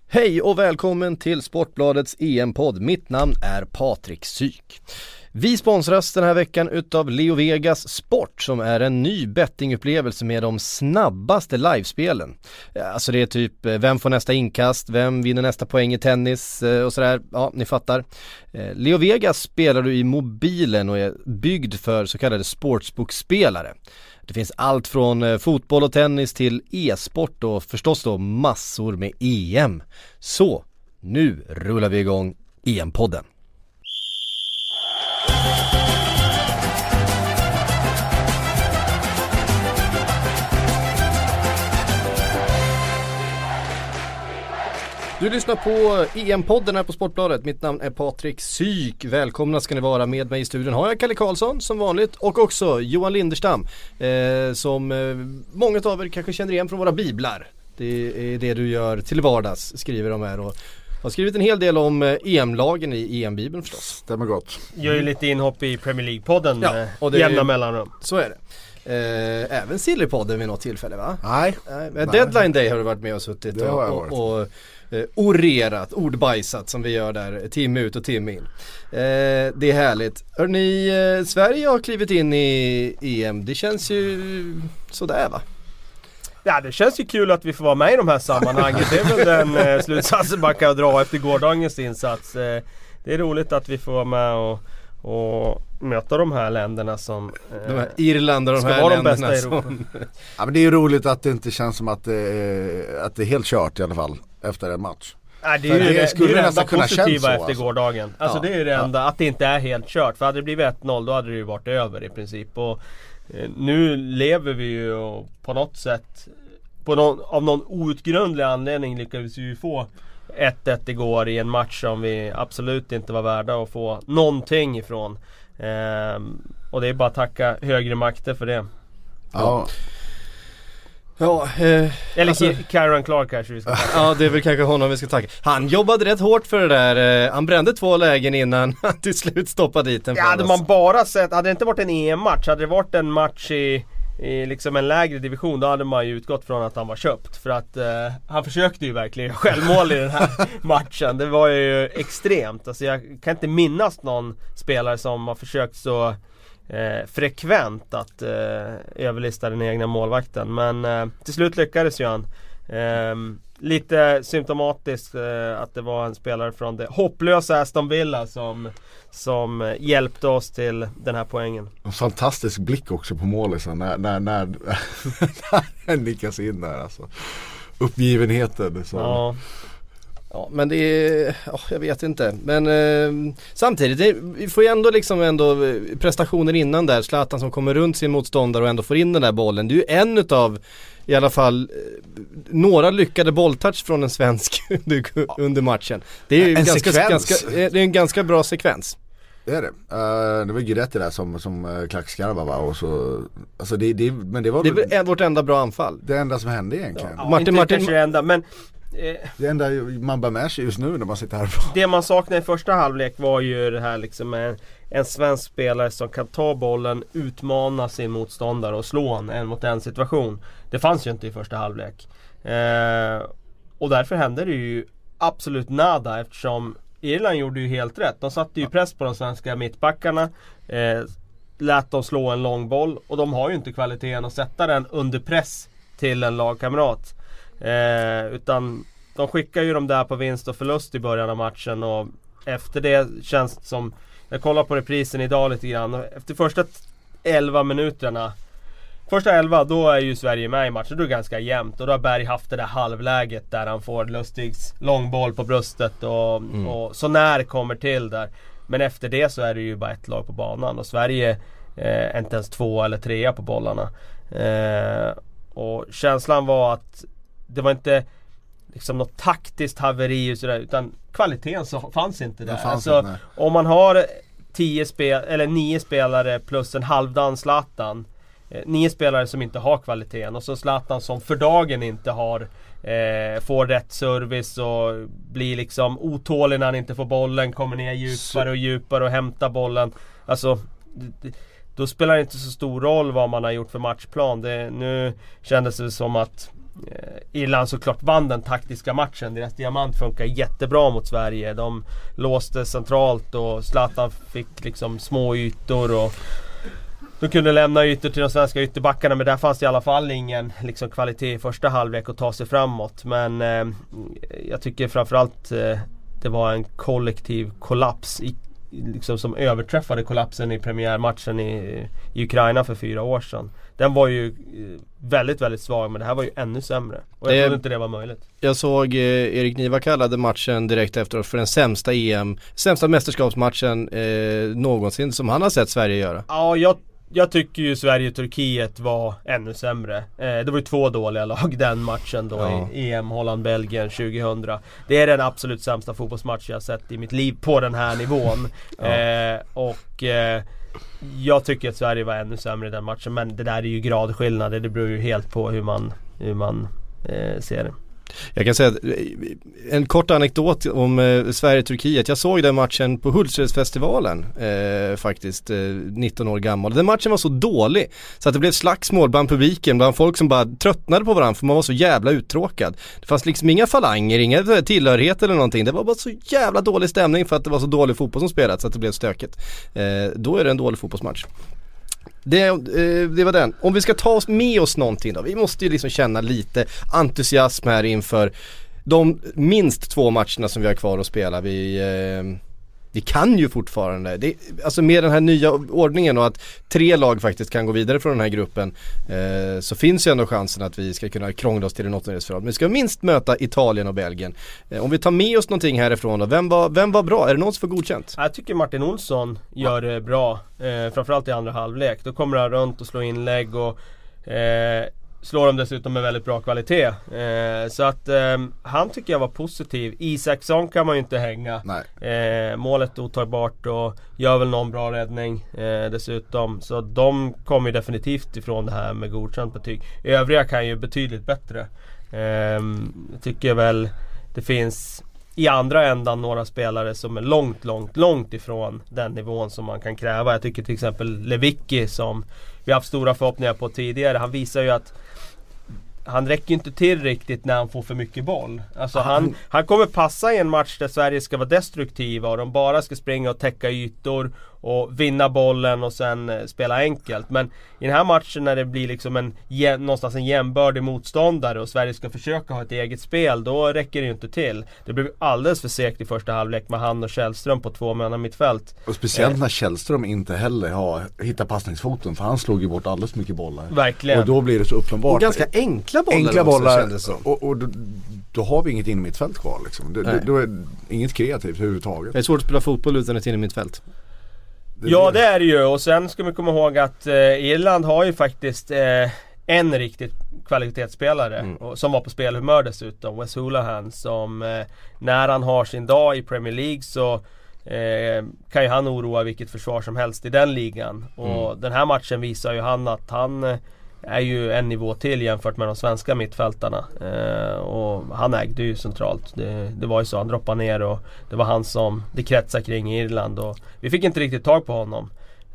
Hej och välkommen till Sportbladets EM-podd. Mitt namn är Patrik Syk. Vi sponsras den här veckan utav LeoVegas Sport som är en ny bettingupplevelse med de snabbaste livespelen. Alltså det är typ vem får nästa inkast, vem vinner nästa poäng i tennis och sådär. Ja, ni fattar. LeoVegas spelar du i mobilen och är byggd för så kallade sportsbookspelare. Det finns allt från fotboll och tennis till e-sport och förstås då massor med EM. Så, nu rullar vi igång EM-podden. Du lyssnar på EM-podden här på Sportbladet. Mitt namn är Patrik Syk. Välkomna ska ni vara. Med mig i studion har jag Kalle Karlsson som vanligt och också Johan Linderstam som många av er kanske känner igen från våra biblar. Det är det du gör till vardags, skriver de här och har skrivit en hel del om EM-lagen i EM-bibeln förstås. Stämmer gott. Gör ju lite inhopp i Premier League-podden och det jämna mellanrum. Så är det. Även Silly-podden vid något tillfälle, va? Nej. Deadline Day har du varit med och suttit det har jag varit. och orerat, ordbajsat som vi gör där timme ut och timme in. Det är härligt. Hörrni, Sverige har klivit in i EM. Det känns ju sådär, va? Ja, det känns ju kul att vi får vara med i de här sammanhangen. Det är väl den slutsatsen man kan dra efter gårdagens insats. Det är roligt att vi får vara med och möta de här länderna som de här Irland och de här länderna som... Ja, men det är ju roligt att det inte känns som att det är helt kört i alla fall efter en match. Nej, det är ju det enda positiva efter alltså. Gårdagen. Alltså det är ju det enda, att det inte är helt kört. För hade det blivit 1-0 då hade det ju varit över i princip. Och nu lever vi ju och på något sätt av någon outgrundlig anledning lyckades vi ju få 1-1 igår i en match som vi absolut inte var värda att få någonting ifrån. Och det är bara att tacka högre makter för det. Ja, eller alltså, Kieran Clark kanske vi ska tacka. Ja, det är väl kanske honom vi ska tacka. Han jobbade rätt hårt för det där. Han brände 2 lägen innan han till slut stoppade dit den. Ja, hade man bara sett, hade det inte varit en EM-match, hade det varit en match i liksom en lägre division, då hade man ju utgått från att han var köpt. För att han försökte ju verkligen självmål i den här matchen. Det var ju extremt. Alltså jag kan inte minnas någon spelare som har försökt så frekvent att överlista den egna målvakten. Men till slut lyckades ju han. Lite symptomatiskt att det var en spelare från det hopplösa Aston Villa som hjälpte oss till den här poängen. En fantastisk blick också på målisen när den nickas in där alltså. Uppgivenheten så. Ja, men det är, jag vet inte. Men samtidigt, vi får ju ändå prestationen innan där. Zlatan som kommer runt sin motståndare och ändå får in den där bollen. Det är ju en utav i alla fall några lyckade bolltouch från en svensk under matchen. Det är ju det är en ganska bra sekvens. Det är det. Det var ju rätt det där som klackskarva va? Och så, alltså men det var väl vårt enda bra anfall. Det enda som hände egentligen. Ja, Martin kanske det enda, men det enda man bär med sig just nu när man sitter här. Det man saknade i första halvlek var ju det här liksom en svensk spelare som kan ta bollen, utmana sin motståndare och slå en mot en situation. Det fanns ju inte i första halvlek. Och därför hände det ju absolut nada, eftersom Irland gjorde ju helt rätt. De satte ju press på de svenska mittbackarna, lät dem slå en lång boll, och de har ju inte kvaliteten att sätta den under press till en lagkamrat. Utan de skickar ju dem där på vinst och förlust i början av matchen, och efter det känns det som, jag kollar på reprisen idag lite grann, efter första 11 minuterna, första 11, då är ju Sverige med i matchen. Då är det ganska jämnt, och då har Berg haft det där halvläget där han får Lustigs långboll på bröstet och så när kommer till där. Men efter det så är det ju bara ett lag på banan, och Sverige inte ens 2 eller 3 på bollarna. Och känslan var att det var inte liksom något taktiskt haveri och sådär, utan kvaliteten så fanns inte där. Alltså, om man har 9 spelare plus en halvdan Zlatan, 9 spelare som inte har kvaliteten, och så Zlatan som för dagen inte har får rätt service och blir liksom otålig när han inte får bollen, kommer ner djupare och djupare och hämtar bollen. Alltså då spelar det inte så stor roll vad man har gjort för matchplan. Nu kändes det som att Irland såklart vann den taktiska matchen. Deras diamant funkar jättebra mot Sverige. De låste centralt och Zlatan fick liksom små ytor och de kunde lämna ytor till de svenska ytterbackarna, men där fanns det i alla fall ingen liksom kvalitet i första halvlek att ta sig framåt. Men jag tycker framförallt det var en kollektiv kollaps liksom som överträffade kollapsen i premiärmatchen i Ukraina för 4 år sedan. Den var ju väldigt, väldigt svag, men det här var ju ännu sämre. Och jag trodde inte det var möjligt. Jag såg Erik Niva kallade matchen direkt efteråt för den sämsta mästerskapsmatchen någonsin som han har sett Sverige göra. Ja, jag tycker ju Sverige-Turkiet var ännu sämre. Det var ju 2 dåliga lag den matchen då i EM Holland-Belgien 2000. Det är den absolut sämsta fotbollsmatch jag har sett i mitt liv på den här nivån. Jag tycker att Sverige var ännu sämre i den matchen, men det där är ju gradskillnader. Det beror ju helt på hur man ser det. Jag kan säga en kort anekdot om Sverige-Turkiet. Jag såg den matchen på Hultsfredsfestivalen faktiskt, 19 år gammal. Den matchen var så dålig så att det blev slagsmål bland publiken, bland folk som bara tröttnade på varandra för man var så jävla uttråkad. Det fanns liksom inga falanger, inga tillhörighet eller någonting. Det var bara så jävla dålig stämning för att det var så dålig fotboll som spelats så att det blev stökigt. Då är det en dålig fotbollsmatch. Det var den. Om vi ska ta oss med oss någonting då. Vi måste ju liksom känna lite entusiasm här inför de minst 2 matcherna som vi har kvar att spela. Vi kan ju fortfarande alltså med den här nya ordningen och att 3 lag faktiskt kan gå vidare från den här gruppen, så finns ju ändå chansen att vi ska kunna krångla oss till en åttondelsfinal. Men vi ska minst möta Italien och Belgien. Om vi tar med oss någonting härifrån då, vem var bra? Är det någon som får godkänt? Jag tycker Martin Olsson gör det bra, framförallt i andra halvlek. Då kommer han runt och slår inlägg och slår dem dessutom med väldigt bra kvalitet. Så att han tycker jag var positiv. Isaksson kan man ju inte hänga. Målet otagbart och gör väl någon bra räddning dessutom. Så de kommer ju definitivt ifrån det här med godkänt betyg. Övriga kan ju betydligt bättre. Jag tycker väl det finns i andra ändan några spelare som är långt ifrån den nivån som man kan kräva. Jag tycker till exempel Lewicki, som vi har haft stora förhoppningar på tidigare. Han visar ju att han räcker inte till riktigt när han får för mycket boll. Alltså han kommer passa i en match där Sverige ska vara destruktiva och de bara ska springa och täcka ytor och vinna bollen och sen spela enkelt. Men i den här matchen när det blir liksom någonstans en jämbördig motståndare och Sverige ska försöka ha ett eget spel, då räcker det ju inte till. Det blev alldeles för segt i första halvlek med han och Källström på 2 man mittfält. Och speciellt när Källström inte heller har hittat passningsfoten, för han slog ju bort alldeles mycket bollar. Verkligen. Och då blir det så uppenbart. Och ganska enkla bollar också, och då har vi inget in i mittfält kvar liksom. Då är inget kreativt överhuvudtaget. Det är svårt att spela fotboll utan ett in i mittfält. Ja, det är det ju. Och sen ska vi komma ihåg att Irland har ju faktiskt en riktigt kvalitetsspelare som var på spelhumör dessutom, Wes Hoolahan, som när han har sin dag i Premier League så kan ju han oroa vilket försvar som helst i den ligan. Och den här matchen visar ju han att han är ju en nivå till jämfört med de svenska mittfältarna, och han ägde ju centralt. Det var ju så, han droppade ner och det var han som det kretsar kring i Irland och vi fick inte riktigt tag på honom,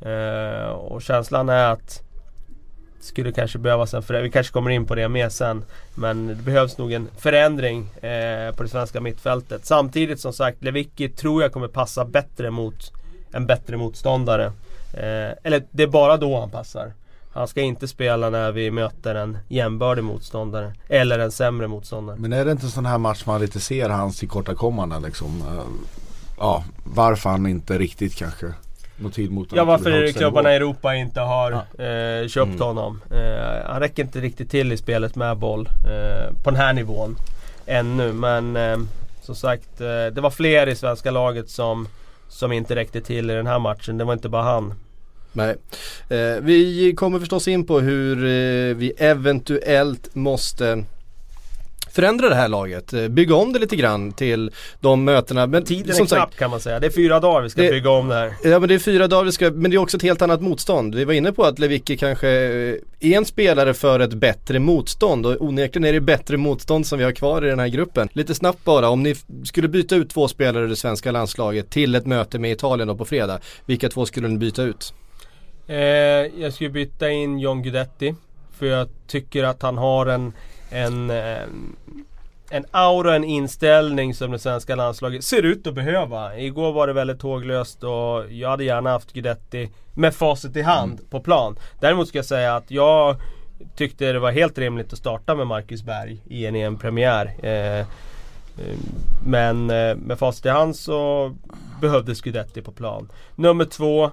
och känslan är att det skulle kanske behövas vi kanske kommer in på det med sen, men det behövs nog en förändring på det svenska mittfältet. Samtidigt som sagt, Lewicki tror jag kommer passa bättre mot en bättre motståndare, eller det är bara då han passar. Han ska inte spela när vi möter en jämbördig motståndare eller en sämre motståndare. Men är det inte en sån här match man lite ser hans tillkortakommande liksom? Ja, varför han inte riktigt kanske något tid mot varför klubbarna i Europa inte har köpt honom. Han räcker inte riktigt till i spelet med boll på den här nivån ännu. Men som sagt, det var fler i svenska laget som inte räckte till i den här matchen. Det var inte bara han. Nej. Vi kommer förstås in på hur vi eventuellt måste förändra det här laget, bygga om det lite grann till de mötena. Men tiden är knapp kan man säga. Det är 4 dagar vi ska bygga om det här. Ja, men det är 4 dagar men det är också ett helt annat motstånd. Vi var inne på att Lewicki kanske är en spelare för ett bättre motstånd, och onekligen är det bättre motstånd som vi har kvar i den här gruppen. Lite snabbt bara, om ni skulle byta ut 2 spelare i det svenska landslaget till ett möte med Italien då på fredag, vilka 2 skulle ni byta ut? Jag skulle byta in John Guidetti, för jag tycker att han har en aura, en inställning som det svenska landslaget ser ut att behöva. Igår var det väldigt tåglöst och jag hade gärna haft Guidetti med facit i hand på plan. Däremot ska jag säga att jag tyckte det var helt rimligt att starta med Marcus Berg i en EM-premiär. Men med facit i hand så behövdes Guidetti på plan. Nummer 2,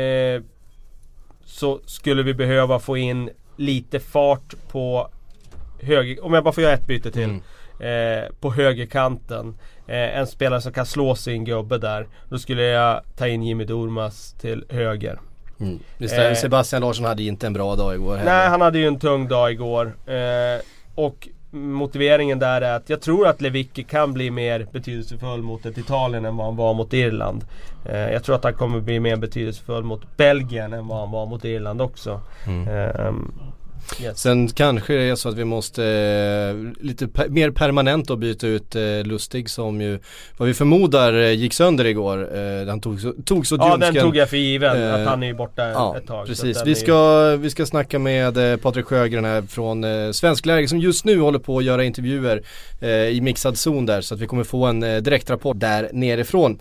så skulle vi behöva få in lite fart på höger, om jag bara får göra ett byte till. På högerkanten, en spelare som kan slå sin gubbe där. Då skulle jag ta in Jimmy Durmaz till höger. Sebastian Larsson hade inte en bra dag igår heller. Nej, han hade ju en tung dag igår. Och motiveringen där är att jag tror att Lewicki kan bli mer betydelsefull mot ett Italien än vad han var mot Irland. Jag tror att han kommer bli mer betydelsefull mot Belgien än vad han var mot Irland också. Yes. Sen kanske det är så att vi måste lite mer permanent och byta ut Lustig, som ju, vad vi förmodar, gick sönder igår. Han tog så ljumsken. Ja, den tog jag för given att han är borta ett tag. Precis. Vi ska snacka med Patrik Sjögren här från Svensk Läge, som just nu håller på att göra intervjuer i mixad zon där, så att vi kommer få en direktrapport där nerifrån.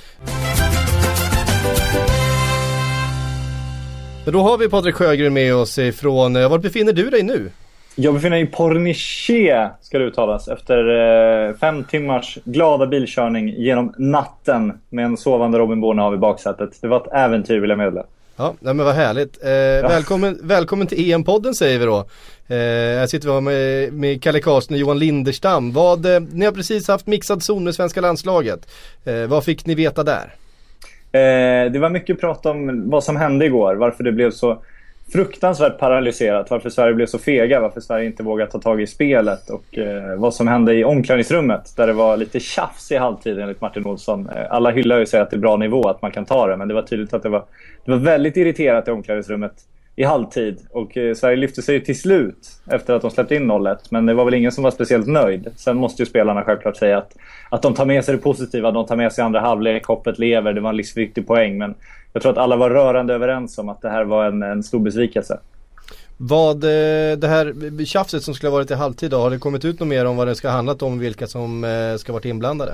Då har vi Patrik Sjögren med oss ifrån, var befinner du dig nu? Jag befinner mig i Pornichet, ska det uttalas, efter 5 timmars glada bilkörning genom natten med en sovande Robin Bornehav i baksätet. Det var ett äventyr, vill jag meddela. Ja, men vad härligt. Välkommen till EM-podden, säger vi då. Här sitter vi med Kalle Karlsson och Johan Linderstam. Ni har precis haft mixad zon med svenska landslaget. Vad fick ni veta där? Det var mycket prat om vad som hände igår, varför det blev så fruktansvärt paralyserat, varför Sverige blev så fega, varför Sverige inte vågade ta tag i spelet, och vad som hände i omklädningsrummet där det var lite tjafs i halvtid enligt Martin Olsson. Alla hyllar ju sig att det är bra nivå, att man kan ta det, men det var tydligt att det var väldigt irriterat i omklädningsrummet i halvtid, och Sverige lyfte sig till slut efter att de släppte in 0-1, men det var väl ingen som var speciellt nöjd. Sen måste ju spelarna självklart säga att de tar med sig det positiva, de tar med sig andra halvlek, hoppet lever, det var en livsviktig poäng, men jag tror att alla var rörande överens om att det här var en stor besvikelse. Vad det här tjafset som skulle ha varit i halvtid då, har det kommit ut något mer om vad det ska handlat om, vilka som ska varit inblandade?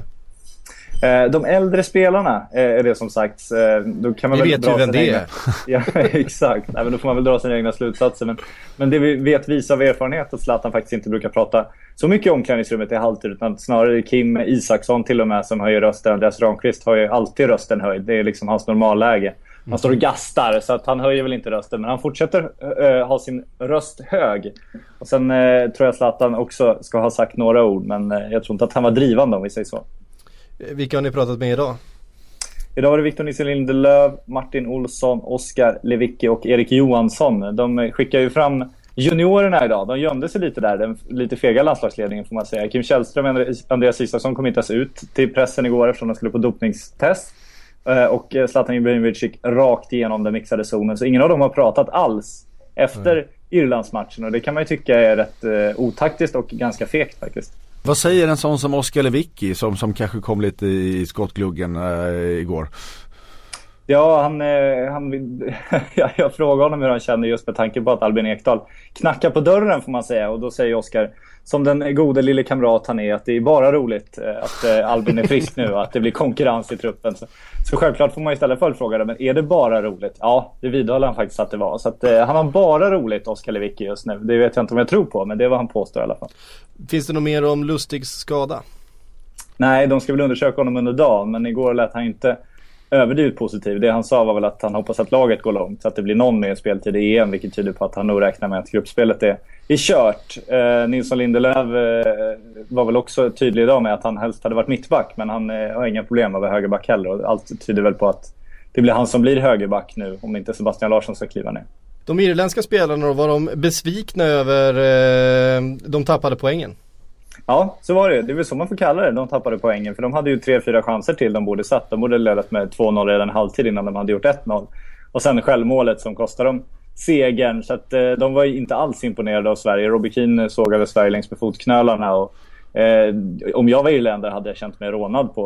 De äldre spelarna är det som sagt. Då kan man vi vet ju vem det är. Ja, exakt. Nej, men då får man väl dra sina egna slutsatser. Men det vi vet visar av erfarenhet att Zlatan faktiskt inte brukar prata så mycket om omklädningsrummet i halvtid, utan snarare Kim Isaksson till och med som höjer rösten. Andreas Ramqvist har ju alltid rösten höjd. Det är liksom hans normalläge. Han står och gastar, så att han höjer väl inte rösten, men han fortsätter ha sin röst hög. Och sen tror jag Zlatan också ska ha sagt några ord, men jag tror inte att han var drivande, om vi säger så. Vilka har ni pratat med idag? Idag var det Victor Nilsson Lindelöf, Martin Olsson, Oskar Lewicki och Erik Johansson. De skickar ju fram juniorerna idag. De gömde sig lite där, den lite fega landslagsledningen får man säga. Kim Källström och Andreas Isaksson kom inte ens ut till pressen igår eftersom de skulle på dopningstest. Och Zlatan Ibrahimovic gick rakt igenom den mixade zonen. Så ingen av dem har pratat alls efter Irlandsmatchen. Och det kan man ju tycka är rätt otaktiskt och ganska fegt faktiskt. Vad säger en sån som Oskar Lewicki som kanske kom lite i skottgluggen igår? Ja, jag frågar honom hur han känner just med tanke på att Albin Ekdal knackar på dörren, får man säga. Och då säger Oskar, som den gode lille kamrat han är, att det är bara roligt att Albin är frisk nu och att det blir konkurrens i truppen. Så självklart får man istället följdfråga det, men är det bara roligt? Ja, det vidhåller han faktiskt att det var. Så att, han har bara roligt, Oskar Lewicki, just nu. Det vet jag inte om jag tror på, men det var han påstår i alla fall. Finns det något mer om Lustigs skada? Nej, de ska väl undersöka honom under dagen, men igår lät han inte överdrivet positiv. Det han sa var väl att han hoppas att laget går långt, så att det blir någon mer speltid i EM, vilket tyder på att han nog räknar med att gruppspelet är kört. Nilsson Lindelöf var väl också tydlig idag med att han helst hade varit mittback, men han har inga problem med att vara högerback heller, och allt tyder väl på att det blir han som blir högerback nu, om inte Sebastian Larsson ska kliva ner. De irländska spelarna då, var de besvikna över de tappade poängen? Ja, så var det. Det är väl så man får kalla det. De tappade poängen. För de hade ju 3-4 chanser till de borde satt. De borde ledat med 2-0 redan halvtid innan de hade gjort 1-0. Och sen självmålet som kostade dem segern. Så att de var inte alls imponerade av Sverige. Robbie Keane sågade Sverige längs med fotknölarna. Och om jag var irländare hade jag känt mig rånad på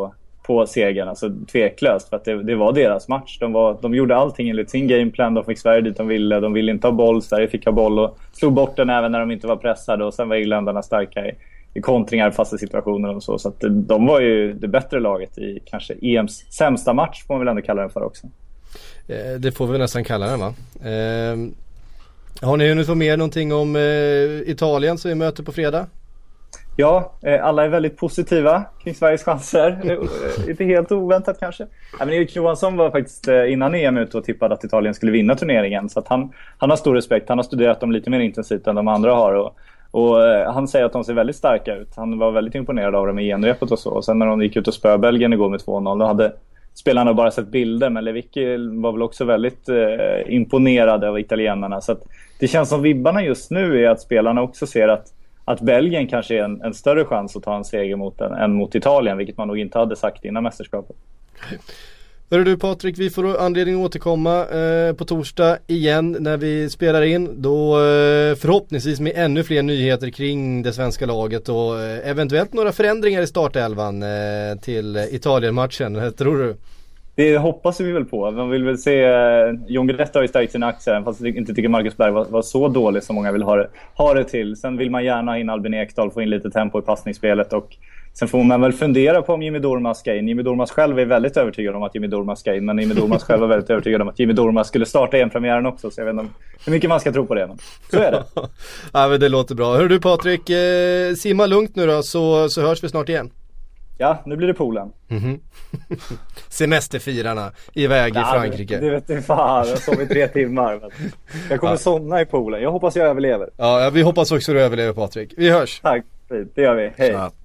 på segern, alltså tveklöst, för att det var deras match. De gjorde allting enligt sin gameplan, de fick Sverige dit de ville inte ha boll, Sverige fick ha boll och slog bort den även när de inte var pressade, och sen var irländarna starka i kontringar, fasta situationer och så att de var ju det bättre laget i kanske EMs sämsta match, får man väl ändå kalla den för också. Det får vi nästan kalla den, va? Har ni hunnit få med någonting om Italien som vi möter på fredag? Ja, alla är väldigt positiva kring Sveriges chanser. Inte helt oväntat kanske. Men Erik Johansson var faktiskt innan EM ute och tippade att Italien skulle vinna turneringen. Så att han har stor respekt. Han har studerat dem lite mer intensivt än de andra har. Och han säger att de ser väldigt starka ut. Han var väldigt imponerad av dem i genrepet och så. Och sen när de gick ut och spöade Belgien igår med 2-0, då hade spelarna bara sett bilder. Men Lewicki var väl också väldigt imponerad av italienarna. Så att det känns som vibbarna just nu är att spelarna också ser att Belgien kanske är en större chans att ta en seger än mot Italien, vilket man nog inte hade sagt innan mästerskapet. Hörru du Patrik, vi får anledning att återkomma på torsdag igen när vi spelar in. Då förhoppningsvis med ännu fler nyheter kring det svenska laget och eventuellt några förändringar i startelvan till Italien-matchen, tror du? Det hoppas vi väl på. Man vill väl se Jon Guidetti har ju stärkt sina aktier, fast jag inte tycker Marcus Berg var så dålig som många vill ha det till. Sen vill man gärna ha in Albin Ekdal, få in lite tempo i passningsspelet, och sen får man väl fundera på om Jimmy Durmaz ska in. Jimmy Durmaz själv är väldigt övertygad om att Jimmy Durmaz ska in, men Jimmy Durmaz själv är väldigt övertygad om att Jimmy Durmaz skulle starta EM-premiären också, så jag vet inte hur mycket man ska tro på det, men så är det. Ja, men det låter bra. Hör du Patrik, simma lugnt nu då, så hörs vi snart igen. Ja, nu blir det Polen. Semesterfirarna iväg i Frankrike. Det vet inte fan, jag sov i 3 timmar. Jag kommer somna i Polen. Jag hoppas jag överlever. Ja, vi hoppas också du överlever Patrik. Vi hörs. Tack, det gör vi. Hej. Ja.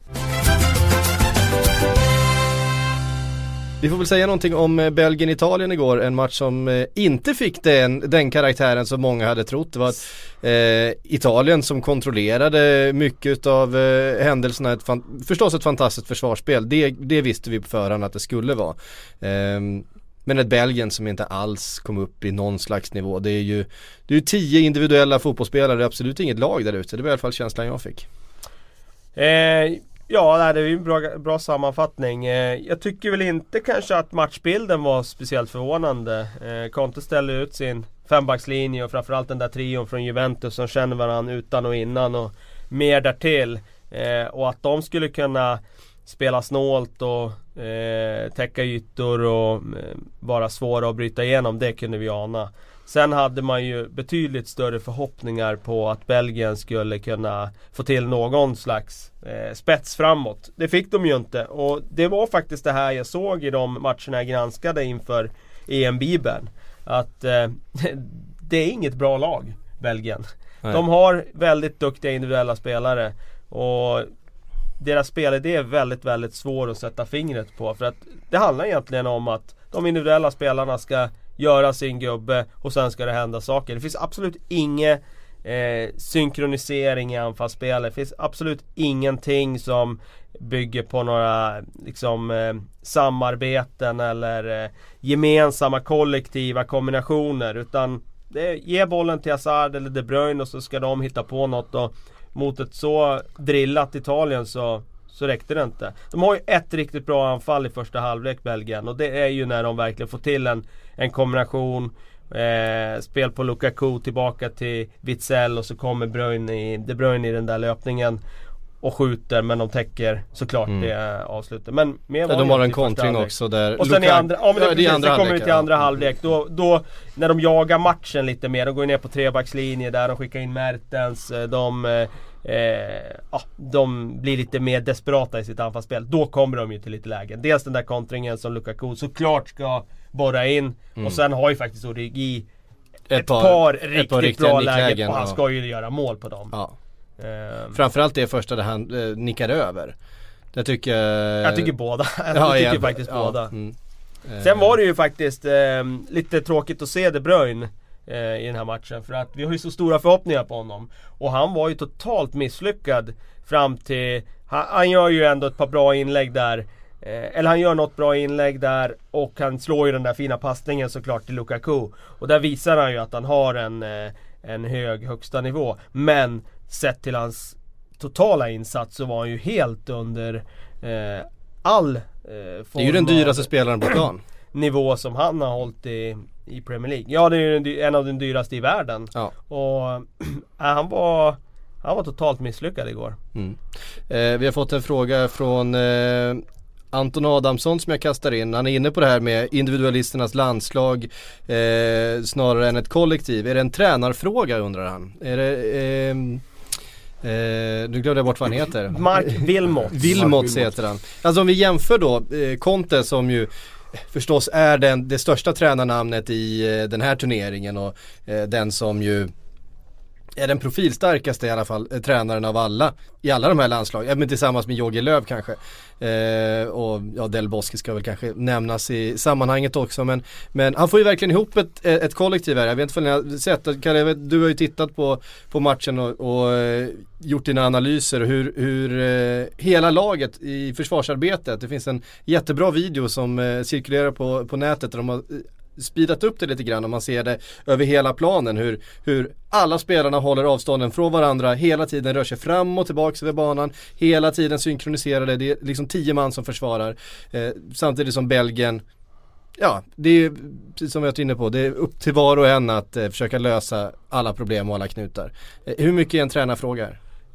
Vi får väl säga någonting om Belgien-Italien igår. En match som inte fick den karaktären som många hade trott. Det var Italien som kontrollerade mycket av händelserna. Förstås ett fantastiskt försvarsspel. Det visste vi på förhand att det skulle vara. Men ett Belgien som inte alls kom upp i någon slags nivå. Det är ju 10 individuella fotbollsspelare. Det är absolut inget lag där ute. Det var i alla fall känslan jag fick. Ja, det är ju en bra sammanfattning. Jag tycker väl inte kanske att matchbilden var speciellt förvånande. Conte ställde ut sin fembackslinje och framförallt den där trion från Juventus som känner varandra utan och innan och mer därtill. Och att de skulle kunna spela snålt och täcka ytor och vara svåra att bryta igenom, det kunde vi ana. Sen hade man ju betydligt större förhoppningar på att Belgien skulle kunna få till någon slags spets framåt. Det fick de ju inte, och det var faktiskt det här jag såg i de matcherna jag granskade inför EM-bibeln. Att det är inget bra lag, Belgien. Nej. De har väldigt duktiga individuella spelare och deras spelidé är väldigt, väldigt svår att sätta fingret på. För att det handlar egentligen om att de individuella spelarna ska göra sin gubbe och sen ska det hända saker. Det finns absolut ingen synkronisering i anfallsspelet. Det finns absolut ingenting som bygger på några samarbeten eller gemensamma kollektiva kombinationer, utan ge bollen till Hazard eller De Bruyne och så ska de hitta på något, och mot ett så drillat Italien så räckte det inte. De har ju ett riktigt bra anfall i första halvlek, Belgien, och det är ju när de verkligen får till en kombination, spel på Lukaku tillbaka till Witsel och så kommer De Bruyne i den där löpningen och skjuter, men de täcker såklart det avslutet. Men de har en kontring också där. Och sen kommer vi till andra halvlek. Då när de jagar matchen lite mer, de går ner på trebackslinje där de skickar in Mertens, de blir lite mer desperata i sitt anfallsspel. Då kommer de ju till lite lägen. Dels den där kontringen som Lukaku såklart ska borra in, och sen har ju faktiskt Origi ett par riktigt bra lägen, och han ska ju göra mål på dem. Ja. Framförallt det första där han nickar över. Jag tycker båda. Jag tycker faktiskt båda. Sen var det ju faktiskt lite tråkigt att se De Bruyne i den här matchen, för att vi har ju så stora förhoppningar på honom, och han var ju totalt misslyckad fram till han gör ju ändå ett par bra inlägg där, eller han gör något bra inlägg där, och han slår ju den där fina passningen såklart till Lukaku, och där visar han ju att han har en hög högsta nivå, men sett till hans totala insats så var han ju helt under all Det är ju den dyraste spelaren på plan. Nivå som han har hållit i Premier League. Ja, det är ju en av de dyraste i världen. Ja. Och han var totalt misslyckad igår. Vi har fått en fråga från Anton Adamsson som jag kastar in. Han är inne på det här med individualisternas landslag snarare än ett kollektiv. Är det en tränarfråga, undrar han? Är det... nu glömde jag bort vad han heter. Mark Wilmots heter han. Alltså om vi jämför då Conte, som ju förstås är det största tränarnamnet i den här turneringen och den som ju är den profilstarkaste i alla fall tränaren av alla i alla de här landslagen, men tillsammans med Jogi Löw kanske, och ja, Del Bosque ska väl kanske nämnas i sammanhanget också, men han får ju verkligen ihop ett kollektiv här. Jag vet inte om ni har sett, Kalle, du har ju tittat på matchen och gjort dina analyser och hur hela laget i försvarsarbetet, det finns en jättebra video som cirkulerar på nätet där de har speedat upp det lite grann och man ser det över hela planen hur alla spelarna håller avstånden från varandra, hela tiden rör sig fram och tillbaka över banan, hela tiden synkroniserade. Det är liksom 10 man som försvarar, samtidigt som Belgien, ja, det är precis som jag var inne på, det är upp till var och en att försöka lösa alla problem och alla knutar. Hur mycket är en tränarfråga?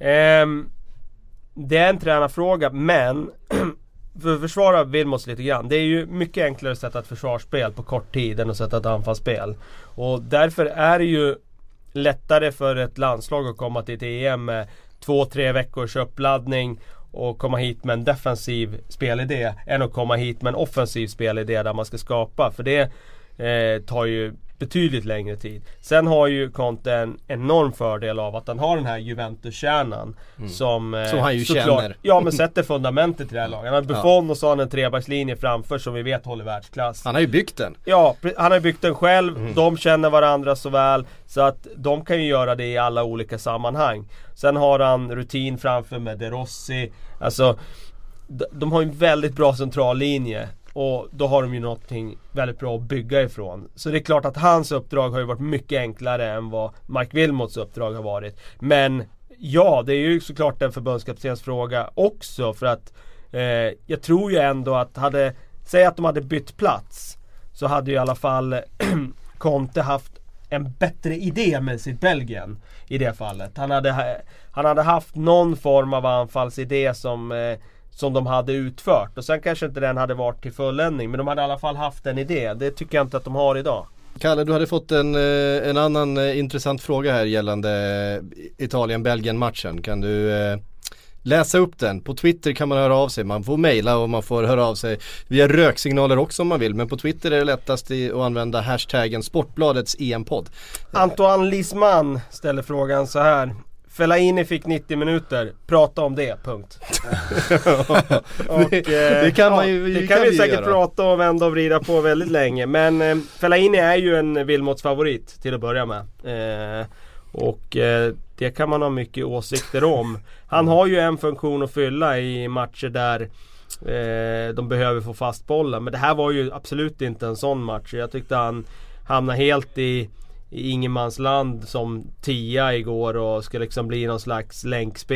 Det är en tränarfråga, men för att försvara Wilmots lite grann, det är ju mycket enklare att sätta ett försvarsspel på kort tid än att sätta ett anfallsspel. Och därför är det ju lättare för ett landslag att komma till ett EM med 2-3 veckors uppladdning och komma hit med en defensiv spelidé än att komma hit med en offensiv spelidé där man ska skapa. För det tar ju betydligt längre tid. Sen har ju Conte en enorm fördel av att han har den här Juventus-kärnan som han ju känner. Ja, men sätter fundamentet i det här laget. Han har Buffon och så har han en trebackslinje framför som vi vet håller världsklass. Han har ju byggt den. Ja, han har byggt den själv. De känner varandra så väl så att de kan ju göra det i alla olika sammanhang. Sen har han rutin framför med De Rossi. Alltså, de har ju en väldigt bra centrallinje. Och då har de ju någonting väldigt bra att bygga ifrån. Så det är klart att hans uppdrag har ju varit mycket enklare än vad Mike Wilmots uppdrag har varit. Men ja, det är ju såklart en förbundskaptens fråga också. För att jag tror ju ändå att säg att de hade bytt plats, så hade ju i alla fall Conte haft en bättre idé med sitt Belgien i det fallet. Han hade haft någon form av anfallsidé som de hade utfört. Och sen kanske inte den hade varit till fulländning, men de hade i alla fall haft en idé. Det tycker jag inte att de har idag. Kalle, du hade fått en annan intressant fråga här gällande Italien-Belgien-matchen. Kan du läsa upp den? På Twitter kan man höra av sig. Man får mejla och man får höra av sig via röksignaler också om man vill. Men på Twitter är det lättast att använda hashtaggen Sportbladets EM-podd. Antoine Lisman ställer frågan så här: Fellaini fick 90 minuter. Prata om det, punkt. Och, det kan man ju, det kan vi säkert prata om, vända och vrida på väldigt länge. Men Fellaini är ju en Wilmots favorit till att börja med. Och det kan man ha mycket åsikter om. Han har ju en funktion att fylla i matcher där de behöver få fast bollen. Men det här var ju absolut inte en sån match. Jag tyckte han hamnade helt i ingenmansland som 10 igår och ska liksom bli någon slags länkspel.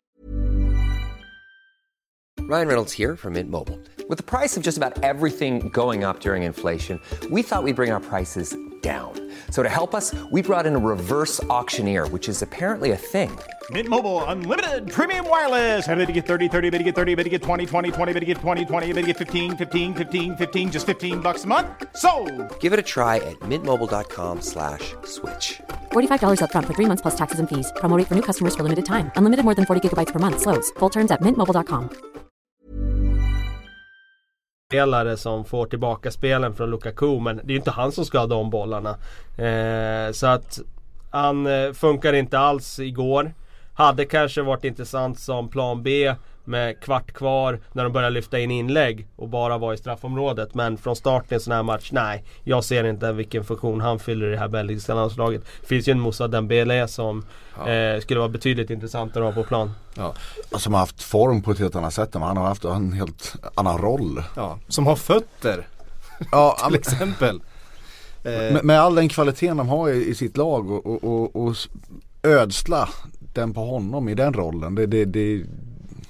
Ryan Reynolds here from Mint Mobile. With the price of just about everything going up during inflation, we thought we'd bring our prices down. So to help us, we brought in a reverse auctioneer, which is apparently a thing. Mint Mobile Unlimited Premium Wireless. How to get 30, 30, bit to get 30, bit to get 20, 20, 20, bit to get 20, 20, bit to get 15, 15, 15, 15, just $15 a month? Sold! Give it a try at mintmobile.com/switch. $45 up front for 3 months plus taxes and fees. Promo rate for new customers for limited time. Unlimited more than 40 gigabytes per month. Slows full terms at mintmobile.com. Spelare som får tillbaka spelen från Lukaku, men det är ju inte han som ska ha de bollarna. Så att han funkar inte alls igår. Hade kanske varit intressant som plan B med kvart kvar när de börjar lyfta in inlägg och bara vara i straffområdet. Men från starten i en sån här match, nej, jag ser inte vilken funktion han fyller i det här belgiska landslaget. Det finns ju en Moussa Dembélé som skulle vara betydligt intressant att ha på plan. Ja. Som har haft form på ett helt annat sätt, men han har haft en helt annan roll. Ja, som har fötter. Ja, till exempel. Med all den kvaliteten de har i sitt lag och ödsla den på honom i den rollen.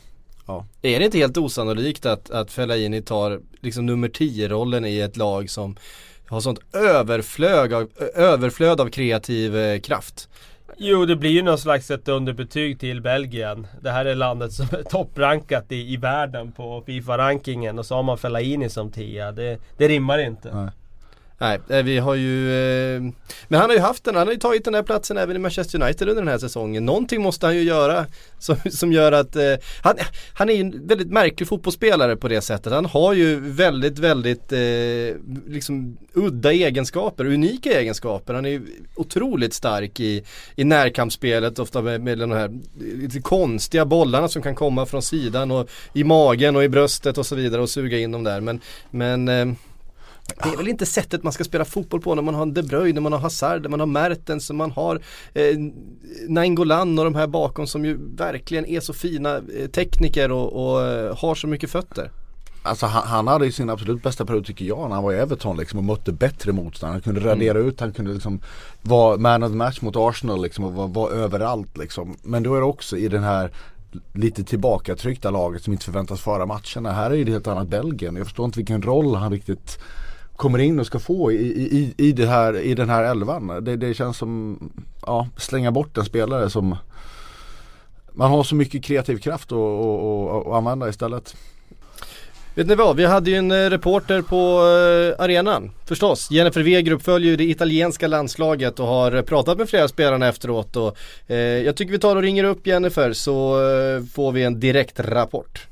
Ja. Är det inte helt osannolikt att Fellaini tar liksom nummer 10-rollen i ett lag som har sånt överflöd av kreativ kraft? Jo, det blir ju någon slags ett underbetyg till Belgien. Det här är landet som är topprankat i världen på FIFA-rankingen, och så har man Fellaini som 10. Det rimmar inte. Nej, vi har ju men han har ju tagit den här platsen även i Manchester United under den här säsongen. Någonting måste han ju göra som gör att han är ju en väldigt märklig fotbollsspelare på det sättet. Han har ju väldigt liksom udda egenskaper, unika egenskaper. Han är ju otroligt stark i närkampsspelet, ofta med de här lite konstiga bollarna som kan komma från sidan och i magen och i bröstet och så vidare och suga in dem där. Men det är väl inte sättet man ska spela fotboll på när man har en De Bruyne, när man har Hazard, när man har Mertens, när man har Nainggolan och de här bakom som ju verkligen är så fina tekniker och har så mycket fötter. Alltså han hade ju sin absolut bästa period tycker jag när han var i Everton liksom, och mötte bättre motstånd. Han kunde radera ut, han kunde liksom vara man of the match mot Arsenal liksom, och vara överallt liksom. Men då är det också i den här lite tillbakatryckta laget som inte förväntas föra matcherna. Här är det helt annat Belgien. Jag förstår inte vilken roll han riktigt kommer in och ska få i den här elvan. Det känns som slänga bort en spelare som man har så mycket kreativ kraft att använda istället. Vet ni vad, vi hade ju en reporter på arenan förstås. Jennifer Wegerup följer ju det italienska landslaget och har pratat med flera spelarna efteråt och jag tycker vi tar och ringer upp Jennifer så får vi en direkt rapport.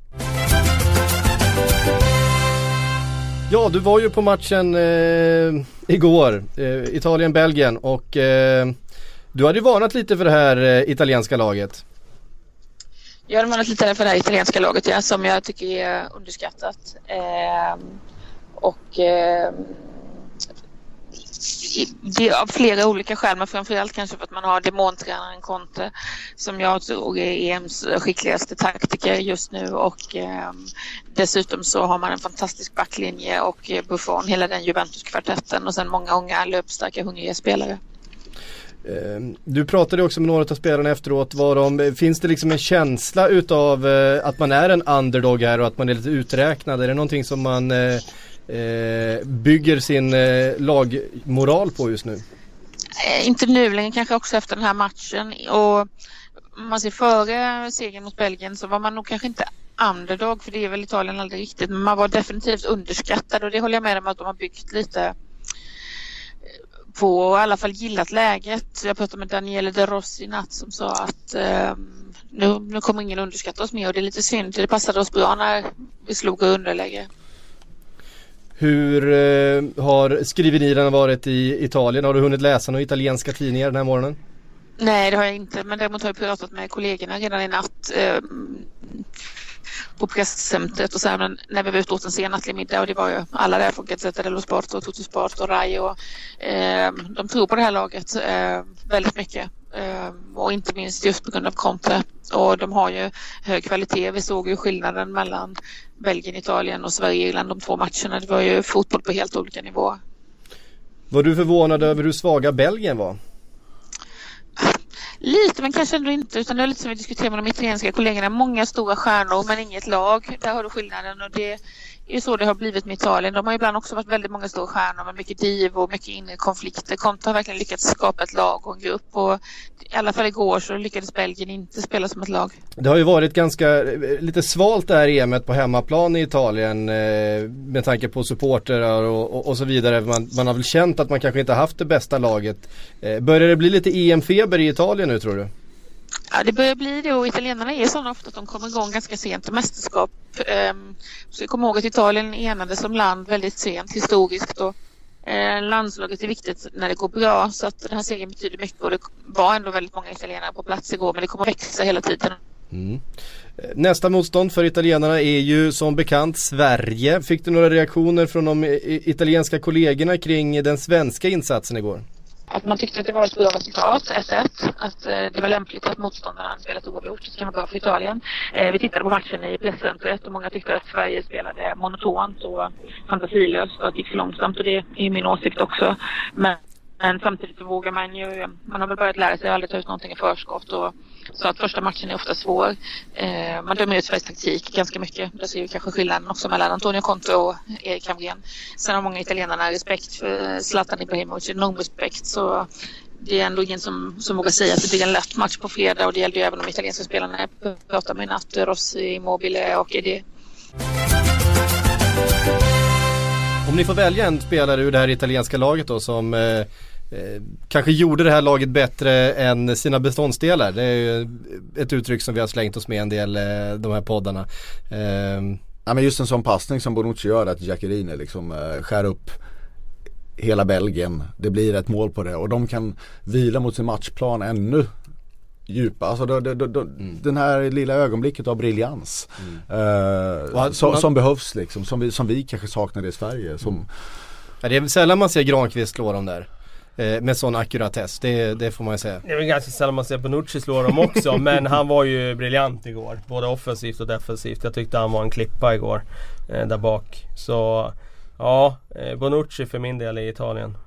Ja, du var ju på matchen igår, Italien-Belgien, och du hade ju varnat lite för det här italienska laget. Jag har varnat lite för det här italienska laget, ja, som jag tycker är underskattat. Det är av flera olika skäl, men framförallt kanske för att man har demontränaren Conte som jag tror är EMs skickligaste taktiker just nu, och dessutom så har man en fantastisk backlinje och Buffon, hela den Juventus-kvartetten och sen många unga löpstarka hungriga spelare. Du pratade också med några av spelarna efteråt. Finns det liksom en känsla utav att man är en underdog här och att man är lite uträknad? Är det någonting som man bygger sin lagmoral på just nu? Inte nu längre, kanske också efter den här matchen. Och man ser före segern mot Belgien så var man nog kanske inte underdog, för det är väl Italien aldrig riktigt, men man var definitivt underskattad, och det håller jag med om att de har byggt lite på, och i alla fall gillat läget. Jag pratade med Daniele De Rossi i natt som sa att nu kommer ingen underskatta oss mer, och det är lite synd, det passade oss bra när vi slog underläge. Hur har skriverierna varit i Italien? Har du hunnit läsa några italienska tidningar den här morgonen? Nej, det har jag inte, men däremot har jag pratat med kollegorna redan i natt på presscentret och så här, men när vi var ute åt en senattlig middag, och det var ju alla där från Gazzetta dello Sport och Tuttosport och Rai, och de tror på det här laget väldigt mycket, och inte minst just på grund av Conte, och de har ju hög kvalitet. Vi såg ju skillnaden mellan Belgien, Italien och Sverige, Irland, de två matcherna. Det var ju fotboll på helt olika nivåer. Var du förvånad över hur svaga Belgien var? Lite, men kanske ändå inte, utan det är lite som vi diskuterar med de italienska kollegorna. Många stora stjärnor men inget lag. Där har du skillnaden, och det är så det har blivit med Italien. De har ibland också varit väldigt många stora stjärnor med mycket div och mycket inre konflikter. Conte har verkligen lyckats skapa ett lag och en grupp, och i alla fall igår så lyckades Belgien inte spela som ett lag. Det har ju varit ganska lite svalt det här EMet på hemmaplan i Italien med tanke på supportrar och så vidare. Man har väl känt att man kanske inte haft det bästa laget. Börjar det bli lite EM-feber i Italien nu, tror du? Ja, det börjar bli det, och italienarna är sådana ofta att de kommer igång ganska sent i mästerskap. Så jag kommer ihåg att Italien enades som land väldigt sent historiskt, och landslaget är viktigt när det går bra, så att den här serien betyder mycket, och det var ändå väldigt många italienare på plats igår, men det kommer växa hela tiden. Nästa motstånd för italienarna är ju som bekant Sverige. Fick du några reaktioner från de italienska kollegorna kring den svenska insatsen igår? Att man tyckte att det var ett bra resultat, 1-1. Att det var lämpligt att motståndaren spelat oavgjort. Det kan vara bra för Italien. Vi tittade på matchen i presscentret, och många tyckte att Sverige spelade monotont och fantasilöst och att det gick för långsamt, och det är min åsikt också. Men samtidigt så vågar man har väl börjat lära sig att aldrig ta ut någonting i förskott, och Så att första matchen är ofta svår. Man dömer ut Sveriges taktik ganska mycket. Det ser ju kanske skillnaden också mellan Antonio Conte och Erik Hamrén. Sen har många italienarna respekt för Zlatan Ibrahimovic, enorm respekt. Så det är ändå ingen som vågar säga att det blir en lätt match på fredag. Och det gällde ju även de italienska spelarna. Jag pratar med natt, Rossi, Immobile och Edi. Om ni får välja en spelare ur det här italienska laget då som kanske gjorde det här laget bättre än sina beståndsdelar. Det är ju ett uttryck som vi har slängt oss med en del de här poddarna. Ja, men just en sån passning som Bonucci gör, att Giaccherini liksom skär upp hela Belgien. Det blir ett mål på det och de kan vila mot sin matchplan ännu djupa. Alltså den här lilla ögonblicket av briljans som behövs liksom, som vi kanske saknar i Sverige. Ja, det är sällan man ser Granqvist slå dem där med sån akkuratess, det får man ju säga. Det är väl ganska sällan man ser Bonucci slå dem också, men han var ju briljant igår, både offensivt och defensivt. Jag tyckte han var en klippa igår där bak. Så ja, Bonucci för min del i Italien.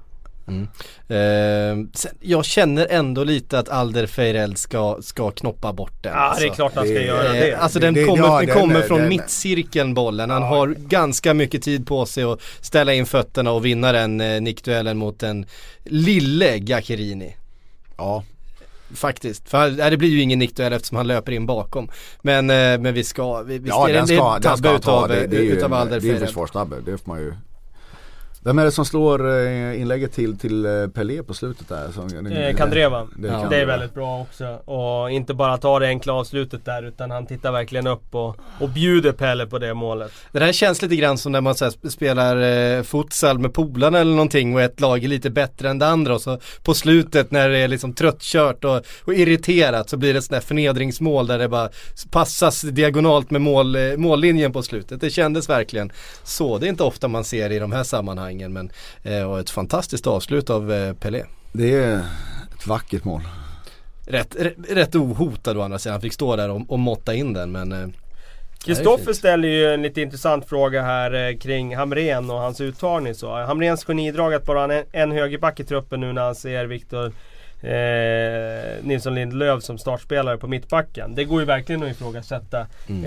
Jag känner ändå lite att Alderweireld ska knoppa bort den. Ja, det är klart han ska göra det. Alltså den kommer från mittcirkeln, bollen. Han har ganska mycket tid på sig att ställa in fötterna och vinna den nickduellen mot den lille Giaccherini. Ja, faktiskt. För det blir ju ingen nickduell eftersom han löper in bakom. Men vi ska tabba utav Alderweireld. Det är försvarstabbe, det får man ju. Vem är det som slår inlägget till Pelé på slutet där? Kandreva. Det är väldigt bra också. Och inte bara ta det enkla avslutet där, utan han tittar verkligen upp och bjuder Pelle på det målet. Det här känns lite grann som när man spelar futsal med polarna eller någonting och ett lag är lite bättre än det andra, och så på slutet när det är liksom tröttkört och irriterat så blir det ett sånt där förnedringsmål där det bara passas diagonalt med mållinjen på slutet. Det kändes verkligen så. Det är inte ofta man ser i de här sammanhangen. Men och ett fantastiskt avslut av Pelé. Det är ett vackert mål. Rätt ohotad å andra sidan. Han fick stå där och måtta in den. Men Kristoffer ställer ju en lite intressant fråga här kring Hamrén och hans uttagning. Så Hamréns genidrag att bara en högerback i truppen nu när han ser Victor Nilsson Lindelöf som startspelare på mittbacken. Det går ju verkligen att ifrågasätta.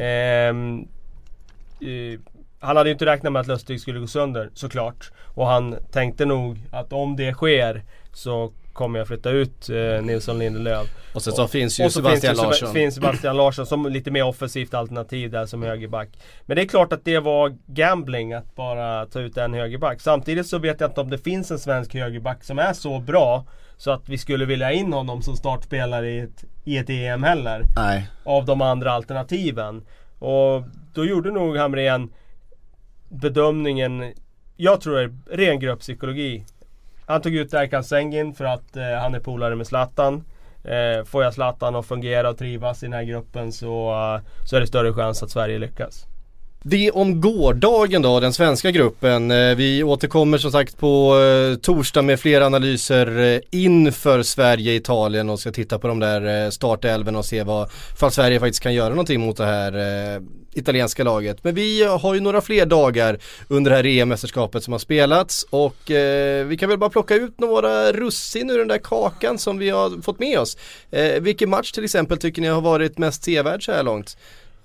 Han hade ju inte räknat med att Lustig skulle gå sönder, såklart. Och han tänkte nog att om det sker så kommer jag flytta ut Nilsson Lindelöf. Och så finns ju Sebastian Larsson som lite mer offensivt alternativ där som högerback. Men det är klart att det var gambling att bara ta ut en högerback. Samtidigt så vet jag inte om det finns en svensk högerback som är så bra så att vi skulle vilja in honom som startspelare i ett EM heller. Nej. Av de andra alternativen. Och då gjorde nog Hamrén bedömningen, jag tror det är ren grupppsykologi. Han tog ut Erkan Şengün för att han är polare med Zlatan. Får jag Zlatan att fungera och trivas i den här gruppen så är det större chans att Sverige lyckas. Det om gårdagen då, den svenska gruppen. Vi återkommer som sagt på torsdag med fler analyser inför Sverige-Italien och ska titta på de där startelven och se för Sverige faktiskt kan göra någonting mot det här italienska laget. Men vi har ju några fler dagar under det här EM-mästerskapet som har spelats och vi kan väl bara plocka ut några russin ur den där kakan som vi har fått med oss. Vilken match till exempel tycker ni har varit mest sevärd så här långt?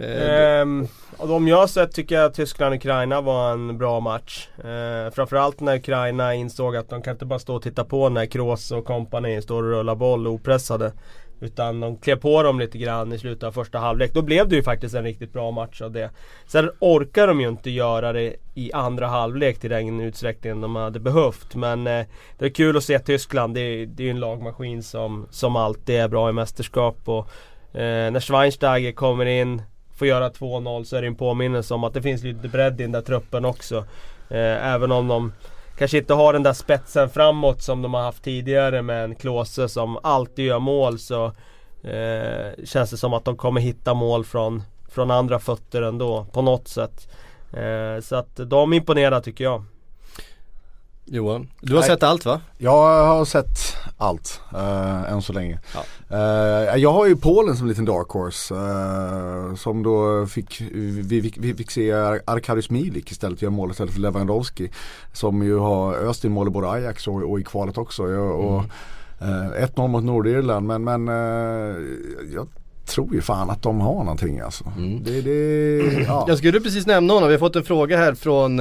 De jag har sett tycker jag att Tyskland-Ukraina var en bra match. Framförallt när Ukraina insåg att de kan inte bara stå och titta på när Kroos och kompani står och rullar boll opressade, utan de klev på dem lite grann i slutet av första halvlek. Då blev det ju faktiskt en riktigt bra match av det. Sen orkar de ju inte göra det i andra halvlek till den utsträckningen de hade behövt. Men det är kul att se Tyskland. Det är ju en lagmaskin som alltid är bra i mästerskap. Och när Schweinsteiger kommer in, får göra 2-0, så är det en påminnelse om att det finns lite bredd i den där truppen också. Även om de kanske inte har den där spetsen framåt som de har haft tidigare med en Klose som alltid gör mål, så känns det som att de kommer hitta mål från andra fötter ändå på något sätt. Så att de imponerar tycker jag. Johan, du har sett allt va? Jag har sett allt än så länge. Jag har ju Polen som en liten dark horse som då vi fick se Arkadiusz Milik istället göra mål istället för Lewandowski, som ju har öst in mål i både Ajax och i kvalet också. 1-0 mot Nordirland, men jag tror ju fan att de har någonting alltså. Ja. Jag skulle precis nämna honom, vi har fått en fråga här från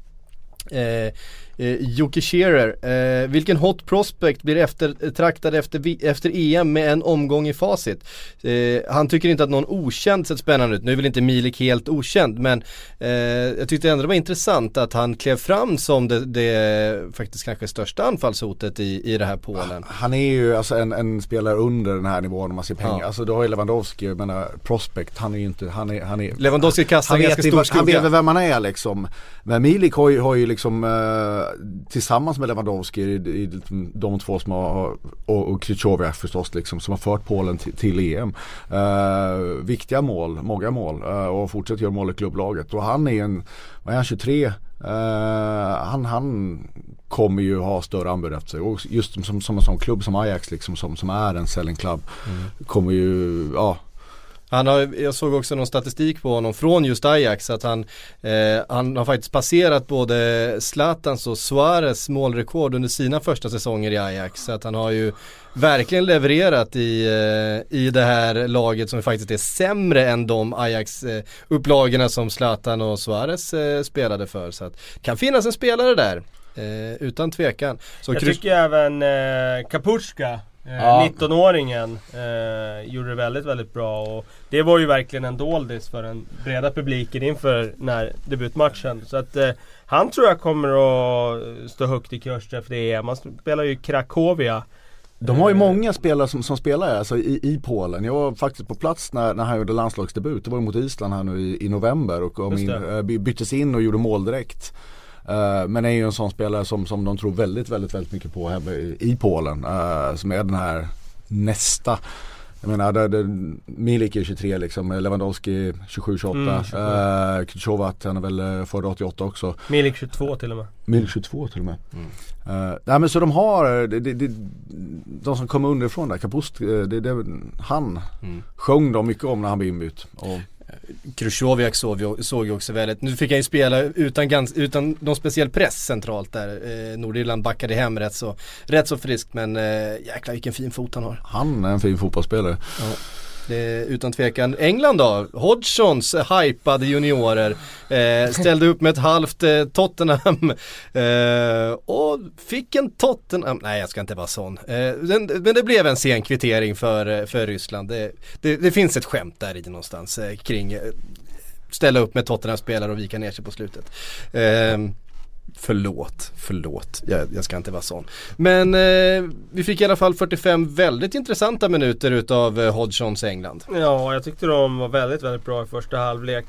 Jocke Shearer. Vilken hot prospect blir eftertraktad efter EM med en omgång i facit? Han tycker inte att någon okänd sett spännande ut. Nu är väl inte Milik helt okänd, men jag tyckte ändå det var intressant att han klev fram som det faktiskt kanske största anfallshotet i det här Polen. Han är ju alltså en spelare under den här nivån om man ser pengar. Alltså då har ju Lewandowski, men prospect, han är ju inte, han är Lewandowski kastar en ganska stor skugga. Han vet vem man är liksom. Men Milik har ju liksom tillsammans med Lewandowski i de två som har, och Krychowiak förstås liksom, som har fört Polen till EM. Viktiga mål, många mål, och fortsätter göra mål i klubblaget. Och han är vad är han, 23? Han kommer ju ha större anbud efter sig. Och just som en sån klubb som Ajax liksom, som är en selling club, kommer ju, ja. Jag såg också någon statistik på honom från just Ajax att han har faktiskt passerat både Zlatans och Suarez målrekord under sina första säsonger i Ajax. Så att han har ju verkligen levererat i det här laget som faktiskt är sämre än de Ajax-upplagorna som Zlatan och Suarez spelade för. Så att kan finnas en spelare där, utan tvekan. Så jag tycker även Kapuska, 19-åringen, gjorde det väldigt, väldigt bra, och det var ju verkligen en doldis för den breda publiken inför den här debutmatchen. Så att han tror jag kommer att stå högt i kurs efter det. Man spelar ju Cracovia. De har ju många spelare som spelar alltså, i Polen. Jag var faktiskt på plats när han gjorde landslagsdebut. Det var mot Island här nu i november och byttes in och gjorde mål direkt. Men är ju en sån spelare som de tror väldigt, väldigt, väldigt mycket på här i Polen, som är den här nästa. Jag menar, Milik är 23 liksom, Lewandowski 27-28, Krychowiak, han är väl född 88 också. Milik 22 till och med. Milik 22 till och med. Nej, men så de har de som kommer underifrån där, Kapust, han sjöng de mycket om när han blev inbytt. Och Krychowiak såg ju också väldigt. Nu fick han ju spela utan någon speciell press centralt där. Nordirland backade hem rätt så friskt, men jäklar vilken fin fot han har. Han är en fin fotbollsspelare. Ja. Utan tvekan. England då, Hodgsons hypade juniorer ställde upp med ett halvt Tottenham och fick en Tottenham, nej jag ska inte vara sån, men det blev en sen kvittering för Ryssland. Det finns ett skämt där i någonstans kring ställa upp med Tottenham-spelare och vika ner sig på slutet. Förlåt. Jag ska inte vara sån. Men vi fick i alla fall 45 väldigt intressanta minuter utav Hodgsons England. Ja, jag tyckte de var väldigt, väldigt bra i första halvlek.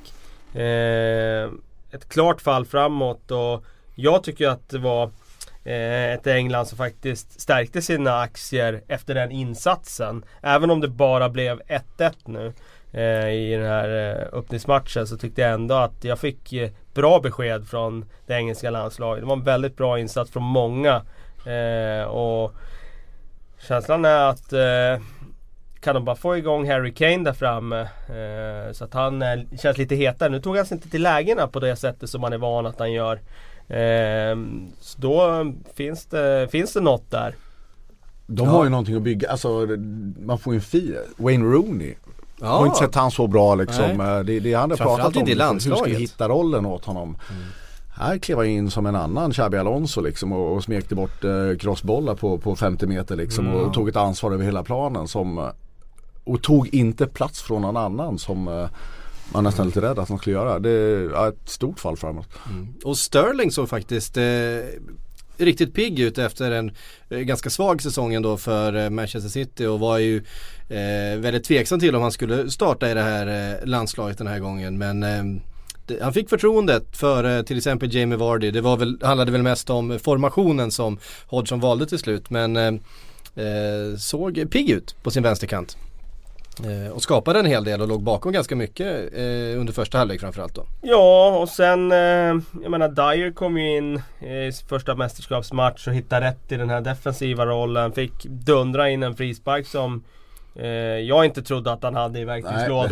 Ett klart fall framåt, och jag tycker att det var ett England som faktiskt stärkte sina aktier efter den insatsen. Även om det bara blev 1-1 nu i den här öppningsmatchen, så tyckte jag ändå att jag fick bra besked från det engelska landslaget. Det var en väldigt bra insats från många, och känslan är att kan de bara få igång Harry Kane där framme, så att han känns lite hetare. Nu tog han sig inte till lägena på det sättet som man är van att han gör, så då finns det något där. De har ju någonting att bygga, alltså man får ju en Wayne Rooney. Jag har inte sett han så bra liksom. Det hade pratat om hur ska vi hitta rollen åt honom. Här klev jag in som en annan Xabi Alonso liksom, och smekte bort crossbollar på 50 meter liksom, och tog ett ansvar över hela planen och tog inte plats från någon annan som man nästan lite rädd att han skulle göra. Det är ett stort fall framåt. Och Sterling såg faktiskt riktigt pigg ut efter en ganska svag säsong ändå för Manchester City, och var ju väldigt tveksam till om han skulle starta i det här landslaget den här gången, men han fick förtroendet för till exempel Jamie Vardy. Handlade väl mest om formationen som Hodgson valde till slut, men såg pigg ut på sin vänsterkant. Och skapade en hel del och låg bakom ganska mycket under första halvlek framförallt då. Ja, och sen jag menar, Dyer kom ju in i första mästerskapsmatch och hittade rätt i den här defensiva rollen. Fick dundra in en frispark som jag inte trodde att han hade i verktygslådan.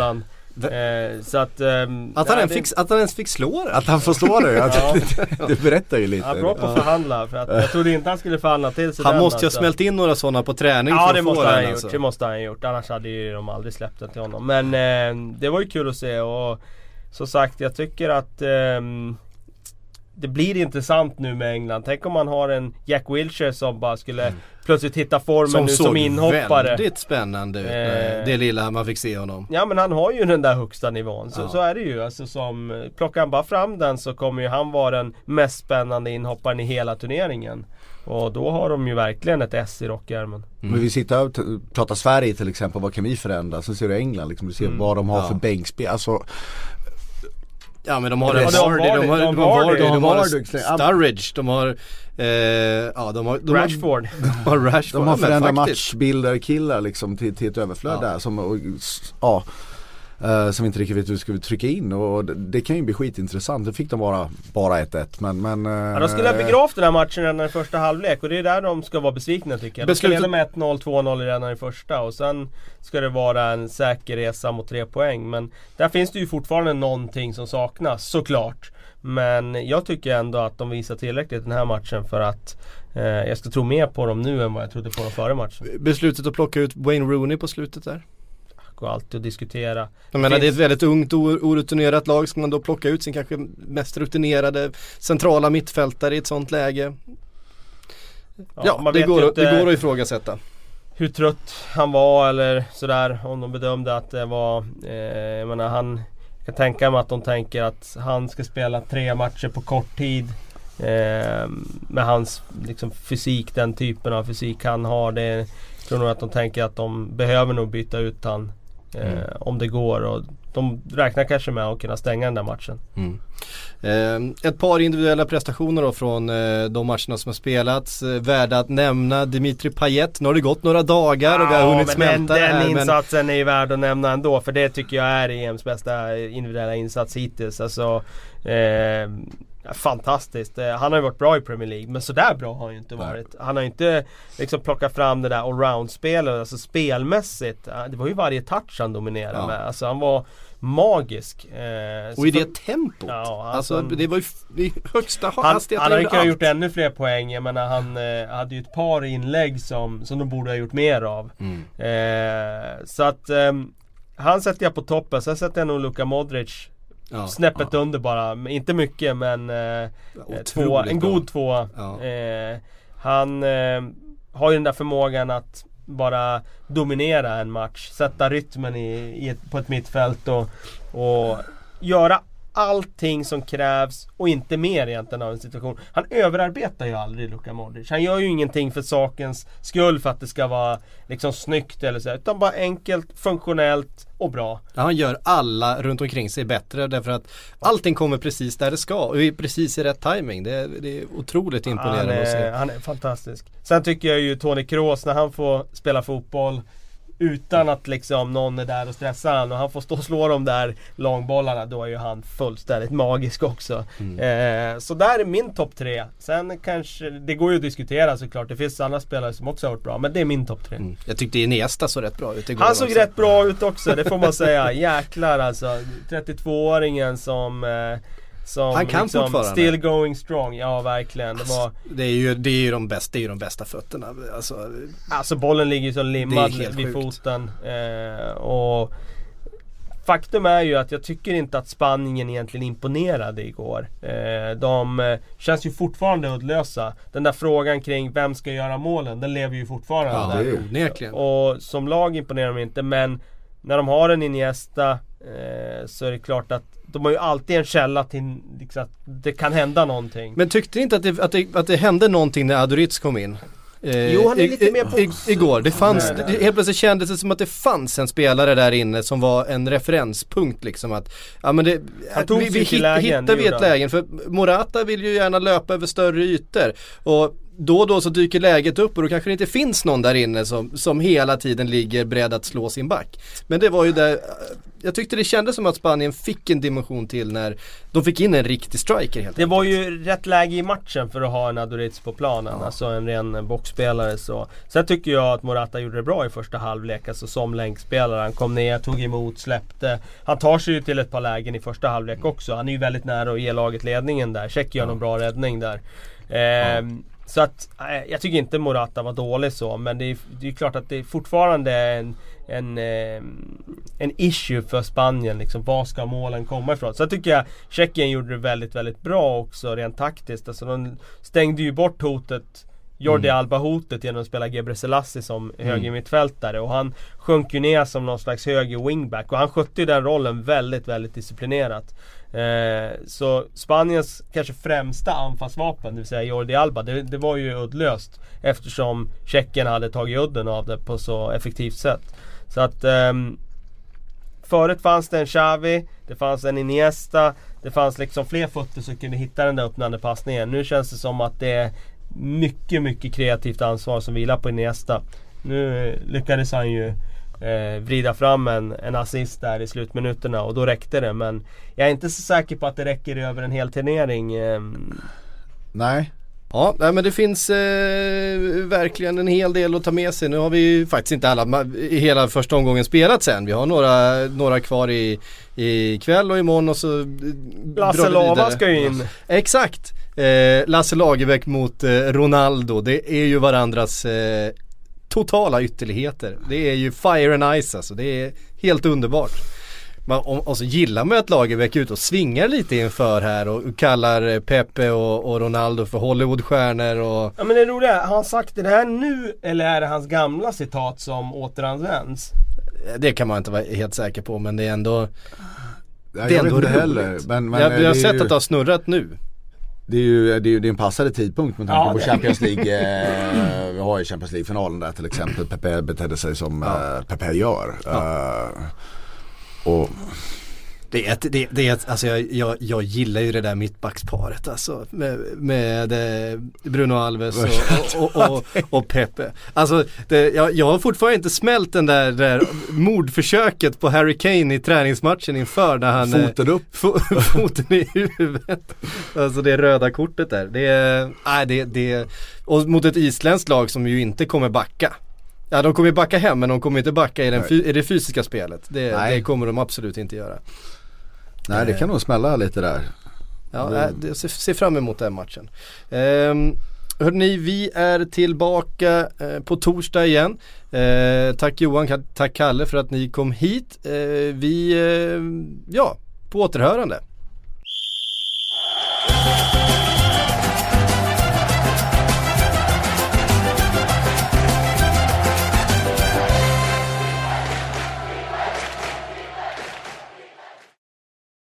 Så att han ens fick slå det. Att han får slå det, det berättar ju lite. Ja, bra på att förhandla, för att jag trodde inte han skulle förhandla till sig. Han måste ju ha smält in några sådana på träning. Ja, för det att måste få han den, ha alltså. gjort. Det måste han ha gjort. Annars hade ju de aldrig släppt den till honom. Men det var ju kul att se. Och så sagt, jag tycker att det blir intressant nu med England. Tänk om man har en Jack Wilshere som bara skulle plötsligt hitta formen nu som inhoppare. Som väldigt spännande ut, det lilla man fick se honom. Ja, men han har ju den där högsta nivån. Så är det ju. Alltså, plockar han bara fram den så kommer ju han vara den mest spännande inhopparen i hela turneringen. Och då har de ju verkligen ett S i rockärmen. Men vi sitter och pratar Sverige till exempel, vad kan vi förändra? Så ser du England, liksom, du ser vad de har för bänkspel. Alltså, ja, men de har Sturridge, de har Rashford. De har förändrat matchbilder killar liksom till ett överflöd där som inte riktigt vet hur du ska trycka in, och det kan ju bli skitintressant. Det fick de bara 1-1 men de skulle ha begravt den här matchen redan i första halvlek, och det är där de ska vara besvikna, tycker jag. De ska leda med 1-0, 2-0 redan i första, och sen ska det vara en säker resa mot 3 poäng. Men där finns det ju fortfarande någonting som saknas, såklart. Men jag tycker ändå att de visar tillräckligt den här matchen för att jag ska tro mer på dem nu än vad jag trodde på dem före matchen. Beslutet att plocka ut Wayne Rooney på slutet där, går alltid att diskutera. Jag menar, det är ett väldigt ungt, orutinerat lag. Ska man då plocka ut sin kanske mest rutinerade centrala mittfältare i ett sånt läge? Ja, det går att ifrågasätta. Hur trött han var eller sådär, om de bedömde att det var jag menar, han kan tänka mig att de tänker att han ska spela 3 matcher på kort tid med hans liksom fysik, den typen av fysik han har. Jag tror nog att de tänker att de behöver nog byta ut han om det går, och de räknar kanske med att kunna stänga den där matchen. Ett par individuella prestationer då från de matcherna som har spelats, värda att nämna. Dimitri Payet, nu har det gått några dagar och vi har hunnit smälta den insatsen är ju värd att nämna ändå, för det tycker jag är EMs bästa individuella insats hittills. Alltså fantastiskt. Han har ju varit bra i Premier League, men så där bra har han ju inte varit. Han har ju inte liksom plockat fram det där allround-spelet, alltså spelmässigt. Det var ju varje touch han dominerade med. Alltså han var magisk. Och i det tempot. Ja, alltså det var ju högsta hastighet. Han hade kunnat gjort ännu fler poäng. Jag menar, han hade ju ett par inlägg som de borde ha gjort mer av. Så att han sätter jag på toppen. Sen sätter jag nog Luka Modric snäppet under bara. Inte mycket, men en god 2. Han har ju den där förmågan att bara dominera en match, sätta rytmen på ett mittfält och göra allting som krävs och inte mer egentligen av en situation. Han överarbetar ju aldrig, Luka Modric. Han gör ju ingenting för sakens skull för att det ska vara liksom snyggt eller så, utan bara enkelt, funktionellt och bra. Ja, han gör alla runt omkring sig bättre, därför att allting kommer precis där det ska och precis i rätt timing. Det är otroligt imponerande att se. Han är fantastisk. Sen tycker jag ju Toni Kroos, när han får spela fotboll utan att liksom någon är där och stressar han, och han får stå och slå de där långbollarna, då är ju han fullständigt magisk också. Så där är min topp 3. Sen kanske, det går ju att diskutera såklart, det finns andra spelare som också har varit bra, men det är min topp 3. Jag tyckte Iniesta såg rätt bra ut igår. Han såg också rätt bra ut också, det får man säga. Jäklar alltså, 32-åringen som han kan liksom fortfarande still going strong. Ja, verkligen. Det är ju de bästa fötterna. Alltså bollen ligger ju så limmad vid foten. Och faktum är ju att jag tycker inte att Spanien egentligen imponerade igår. De känns ju fortfarande uddlösa. Den där frågan kring vem ska göra målen, den lever ju fortfarande. Ja, det är onekligen. Och som lag imponerar de inte, men när de har en Iniesta så är det klart att de har ju alltid en källa till liksom, att det kan hända någonting. Men tyckte ni inte att det hände någonting när Aduriz kom in? Jo, han är lite mer på igår. Det fanns, helt plötsligt kändes det som att det fanns en spelare där inne som var en referenspunkt liksom, att ja, men vi hittar vi ett lägen, för Morata vill ju gärna löpa över större ytor, och då så dyker läget upp, och då kanske det inte finns någon där inne som hela tiden ligger beredd att slå sin back. Men det var ju där jag tyckte det kändes som att Spanien fick en dimension till när de fick in en riktig striker helt Det var ju rätt läge i matchen för att ha en Aduriz på planen, alltså en ren boxspelare. Sen tycker jag att Morata gjorde det bra i första halvlek, alltså som länkspelare. Han kom ner, tog emot, släppte. Han tar sig ju till ett par lägen i första halvlek också. Han är ju väldigt nära att ge laget ledningen där. Tjeck gör någon bra räddning där. Så att jag tycker inte Morata var dålig så, men det är klart att det är fortfarande en issue för Spanien liksom, var ska målen komma ifrån. Så jag tycker jag Tjeckien gjorde det väldigt, väldigt bra också rent taktiskt. Alltså de stängde ju bort hotet, Jordi Alba-hotet, genom att spela Gebre Selassie som höger mittfältare, och han sjönk ju ner som någon slags höger wingback, och han skötte ju den rollen väldigt, väldigt disciplinerat. Så Spaniens kanske främsta anfallsvapen, det vill säga Jordi Alba, det var ju uddlöst eftersom Tjeckien hade tagit udden av det på så effektivt sätt. Så att förut fanns det en Xavi, det fanns en Iniesta, det fanns liksom fler fötter som kunde hitta den där öppnande passningen. Nu känns det som att det är mycket, mycket kreativt ansvar som vilar på Iniesta. Nu lyckades han ju vrida fram en assist där i slutminuterna, och då räckte det, men jag är inte så säker på att det räcker över en hel turnering. Nej. Ja, men det finns verkligen en hel del att ta med sig. Nu har vi ju faktiskt inte alla i hela första omgången spelat sen. Vi har några kvar i kväll och imorgon, och så Lasse Lava ska ju in. Exakt. Lasse Lagerbäck mot Ronaldo. Det är ju varandras totala ytterligheter. Det är ju fire and ice, alltså. Det är helt underbart. Och så gillar man att Lagerbäck ut och svingar lite inför här och kallar Pepe och Ronaldo för Hollywoodstjärnor och... Ja, men det är roligt, har han sagt det här nu eller är det hans gamla citat som återanvänds? Det kan man inte vara helt säker på, men det är ändå... Ja, det är ändå roligt. Heller. Men jag har sett att det har snurrat nu. Det är ju en passade tidpunkt med tanke på Champions League. Vi har ju Champions League-finalen där till exempel. Pepe betedde sig som Pepe gör. Och alltså jag gillar ju det där mittbacksparet, alltså med Bruno Alves och Pepe. Alltså jag har fortfarande inte smält den där mordförsöket på Harry Kane i träningsmatchen inför, när han foten i huvudet. Alltså det röda kortet där. Det och mot ett isländskt lag som ju inte kommer backa. Ja, de kommer backa hem, men de kommer inte backa i det fysiska spelet. Det kommer de absolut inte göra. Nej, det kan nog smälla lite där. Ja, jag ser fram emot den matchen. Hörrni, vi är tillbaka på torsdag igen. Tack Johan, tack Kalle för att ni kom hit. På återhörande.